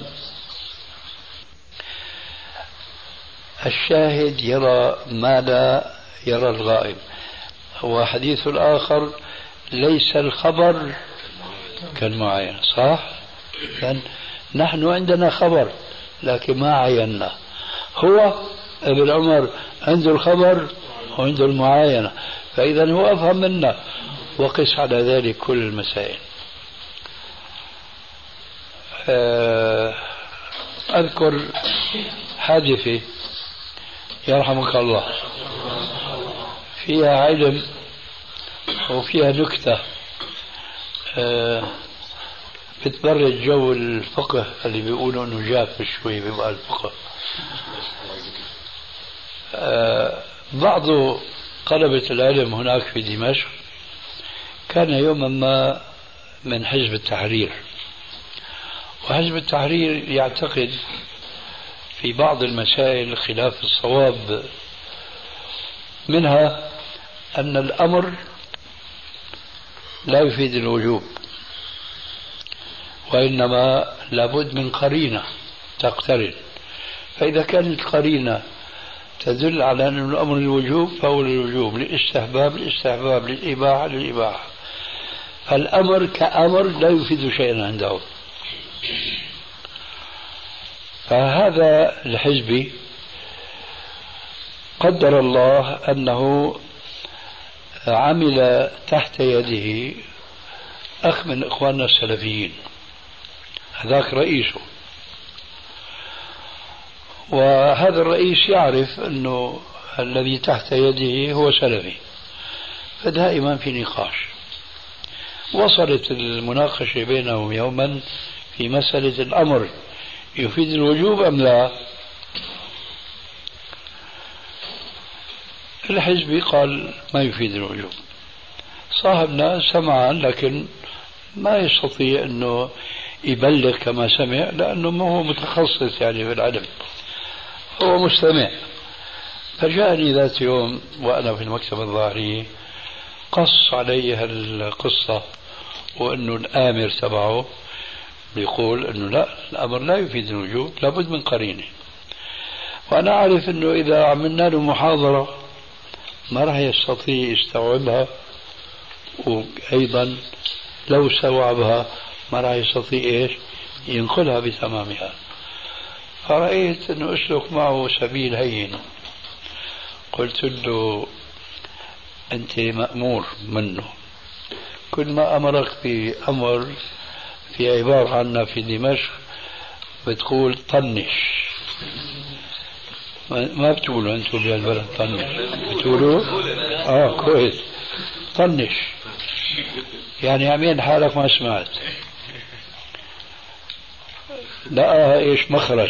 الشاهد يرى ما لا يرى الغائب. هو حديث الآخر ليس الخبر كالمعاينة، صح؟ نحن عندنا خبر لكن ما عينا. هو ابن عمر عنده الخبر وعنده المعاينة، فإذا هو أفهم منا. وقس على ذلك كل المسائل. أذكر حادثة يرحمك الله فيها علم وفيها نكتة أه بتبرد جو الفقه اللي بيقولوا انه جاف شوي بيبقى الفقه. أه بعض طلبة العلم هناك في دمشق كان يوما ما من حزب التحرير، وحزب التحرير يعتقد في بعض المسائل خلاف الصواب، منها أن الأمر لا يفيد الوجوب، وإنما لابد من قرينة تقترن، فإذا كانت قرينة تدل على أن الأمر الوجوب فهو للوجوب، للاستحباب للاستحباب، للإباحة للإباحة، فالأمر كأمر لا يفيد شيئا عنده. فهذا الحزبي قدر الله أنه عمل تحت يده أخ من إخواننا السلفيين، هذاك رئيسه، وهذا الرئيس يعرف أنه الذي تحت يده هو سلفي، فدائما في نقاش. وصلت المناقشة بينهم يوما في مسألة الأمر يفيد الوجوب أم لا. الحزبي قال ما يفيد الوجوب. صاحبنا سمعا لكن ما يستطيع أنه يبلغ كما سمع، لأنه ما هو متخصص يعني في العلم، هو مستمع. فجاءني ذات يوم وأنا في المكتبة الظاهرية قص علي هالقصة، وأنه الآمر تبعه بيقول أنه لا، الأمر لا يفيد الوجوب، لابد من قرينة. وأنا أعرف أنه إذا عملنا له محاضرة ما راح يستطيع يستوعبها، وأيضا لو استوعبها ما راح يستطيع إيش ينقلها بتمامها. فرأيت أنه أسلك معه سبيل هين، قلت له أنت مأمور منه، كل ما أمرك بأمر في عبارة عنا في دمشق بتقول طنش، ما بتقولوا أنتم بهالبلد طنش، بتقولوا آه كويس طنش، يعني عمين حالك ما سمعت، لقاها إيش مخرج.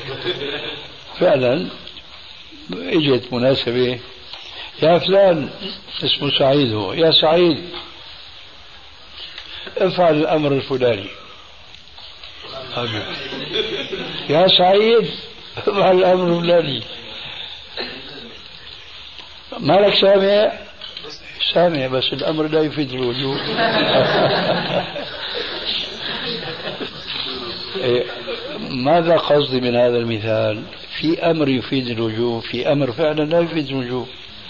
فعلا اجت مناسبة، يا فلان اسمه سعيد، هو يا سعيد افعل الأمر الفلاني، يا سعيد افعل الأمر الفلاني، مالك سامع؟ سامع بس الأمر لا يفيد الوجوب. ماذا قصدي من هذا المثال؟ في أمر يفيد الوجوب، في أمر فعلا لا يفيد الوجوب.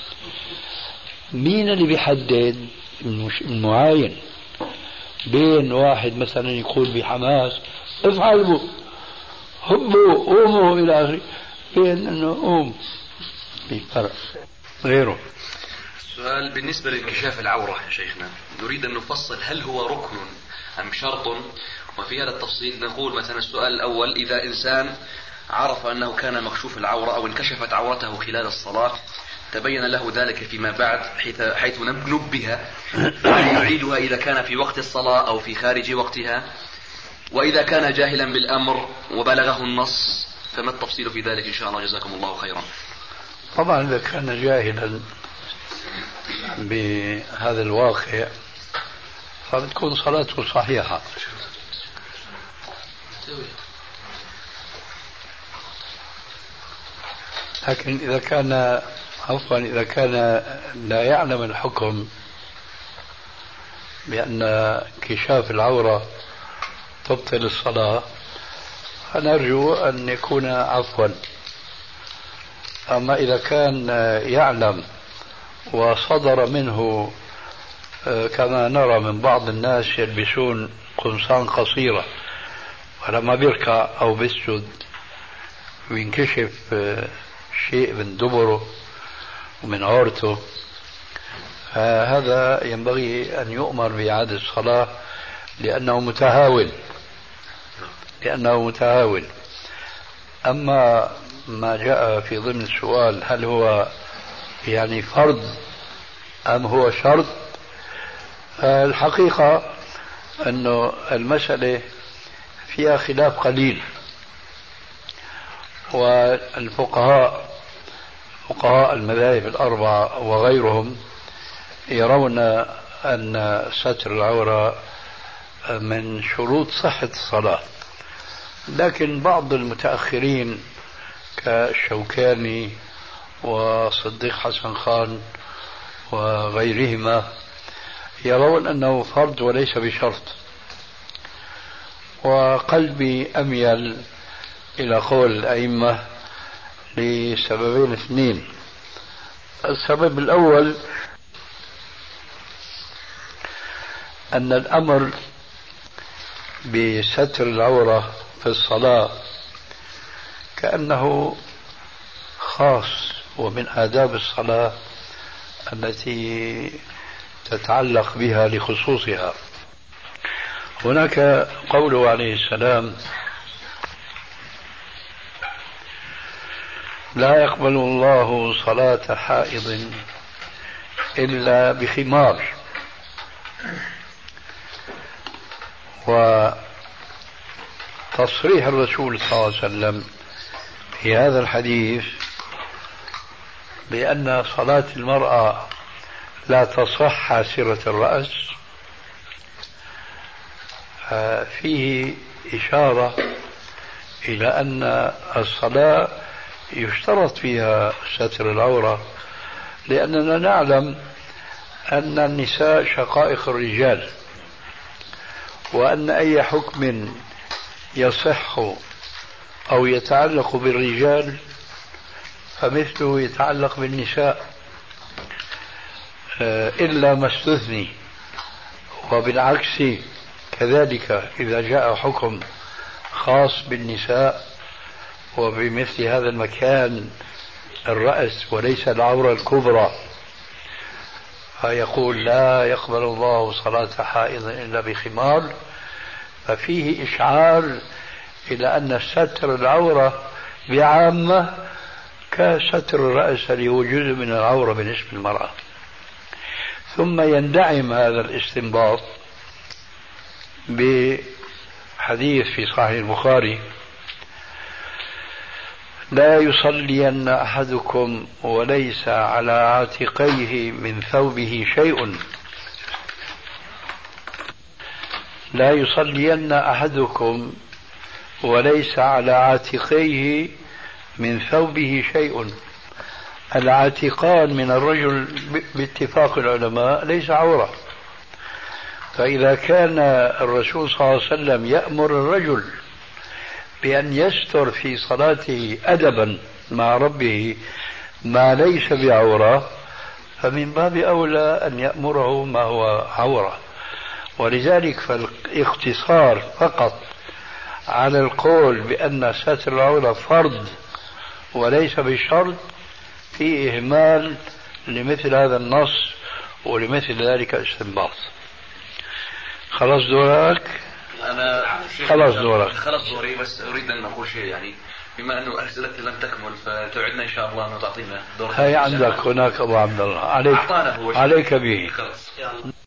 مين اللي بيحدد المعاين بين واحد مثلا يقول بحماس افعلوا هبوا قوموا إلى آخره، بين أنه قوم بفرق غيره. سؤال بالنسبة لانكشاف العورة يا شيخنا، نريد أن نفصل هل هو ركن أم شرط؟ وفي هذا التفصيل نقول مثلا السؤال الأول: إذا إنسان عرف أنه كان مكشوف العورة أو انكشفت عورته خلال الصلاة تبين له ذلك فيما بعد حيث, حيث نبه، هل يعيدها إذا كان في وقت الصلاة أو في خارج وقتها؟ وإذا كان جاهلا بالأمر وبلغه النص فما التفصيل في ذلك إن شاء الله؟ جزاكم الله خيرا. طبعا إذا كان جاهلا بهذا الواقع فبتكون صلاته صحيحة، لكن إذا كان عفوا إذا كان لا يعلم الحكم بأن انكشاف العورة تبطل الصلاة فنرجو أن يكون عفوا. أما إذا كان يعلم وصدر منه كما نرى من بعض الناس يلبسون قمصان قصيرة ولما بيركع أو بيسجد وينكشف شيء من دبره ومن عورته، هذا ينبغي أن يؤمر بإعادة الصلاة لأنه متهاون لأنه متهاون. أما ما جاء في ضمن السؤال هل هو يعني فرض أم هو شرط، الحقيقة أنه المسألة فيها خلاف قليل، والفقهاء فقهاء المذاهب الأربعة وغيرهم يرون أن ستر العورة من شروط صحة الصلاة، لكن بعض المتأخرين كالشوكاني وصديق حسن خان وغيرهما يرون أنه فرض وليس بشرط. وقلبي أميل إلى قول الأئمة لسببين اثنين. السبب الأول أن الأمر بستر العورة في الصلاة كأنه خاص ومن آداب الصلاة التي تتعلق بها لخصوصها. هناك قوله عليه السلام: لا يقبل الله صلاة حائض إلا بخمار. وتصريح الرسول صلى الله عليه وسلم في هذا الحديث بأن صلاة المرأة لا تصح حاسرة الرأس فيه إشارة إلى أن الصلاة يشترط فيها ستر العورة، لأننا نعلم أن النساء شقائق الرجال، وأن أي حكم يصح أو يتعلق بالرجال فمثله يتعلق بالنساء إلا ما استثني. وبالعكس كذلك إذا جاء حكم خاص بالنساء وبمثل هذا المكان الرأس وليس العورة الكبرى، فيقول لا يقبل الله صلاة حائض إلا بخمار، ففيه إشعار إلى أن ستر العورة بعامة كستر الرأس اللي هو جزء من العورة بالنسبة للمرأة. ثم يندعم هذا الاستنباط بحديث في صحيح البخاري: لا يصلين أحدكم وليس على عاتقيه من ثوبه شيء لا يصلين أحدكم وليس على عاتقيه من ثوبه شيء. العاتقان من الرجل باتفاق العلماء ليس عورة، فإذا كان الرسول صلى الله عليه وسلم يأمر الرجل بأن يستر في صلاته أدبا مع ربه ما ليس بعورة، فمن باب أولى أن يأمره ما هو عورة. ولذلك فالاقتصار فقط على القول بأن ستر العورة فرض وليس بالشرط في إهمال لمثل هذا النص ولمثل ذلك استنباط. خلاص دورك؟ أنا خلاص دورك. خلاص دوري، بس أريد أن أقول شيء، يعني بما أنه أسئلتي لم تكمل فتوعدنا إن شاء الله أن تعطينا دور. هاي عندك هناك أبو عبد الله، عليك عليك به.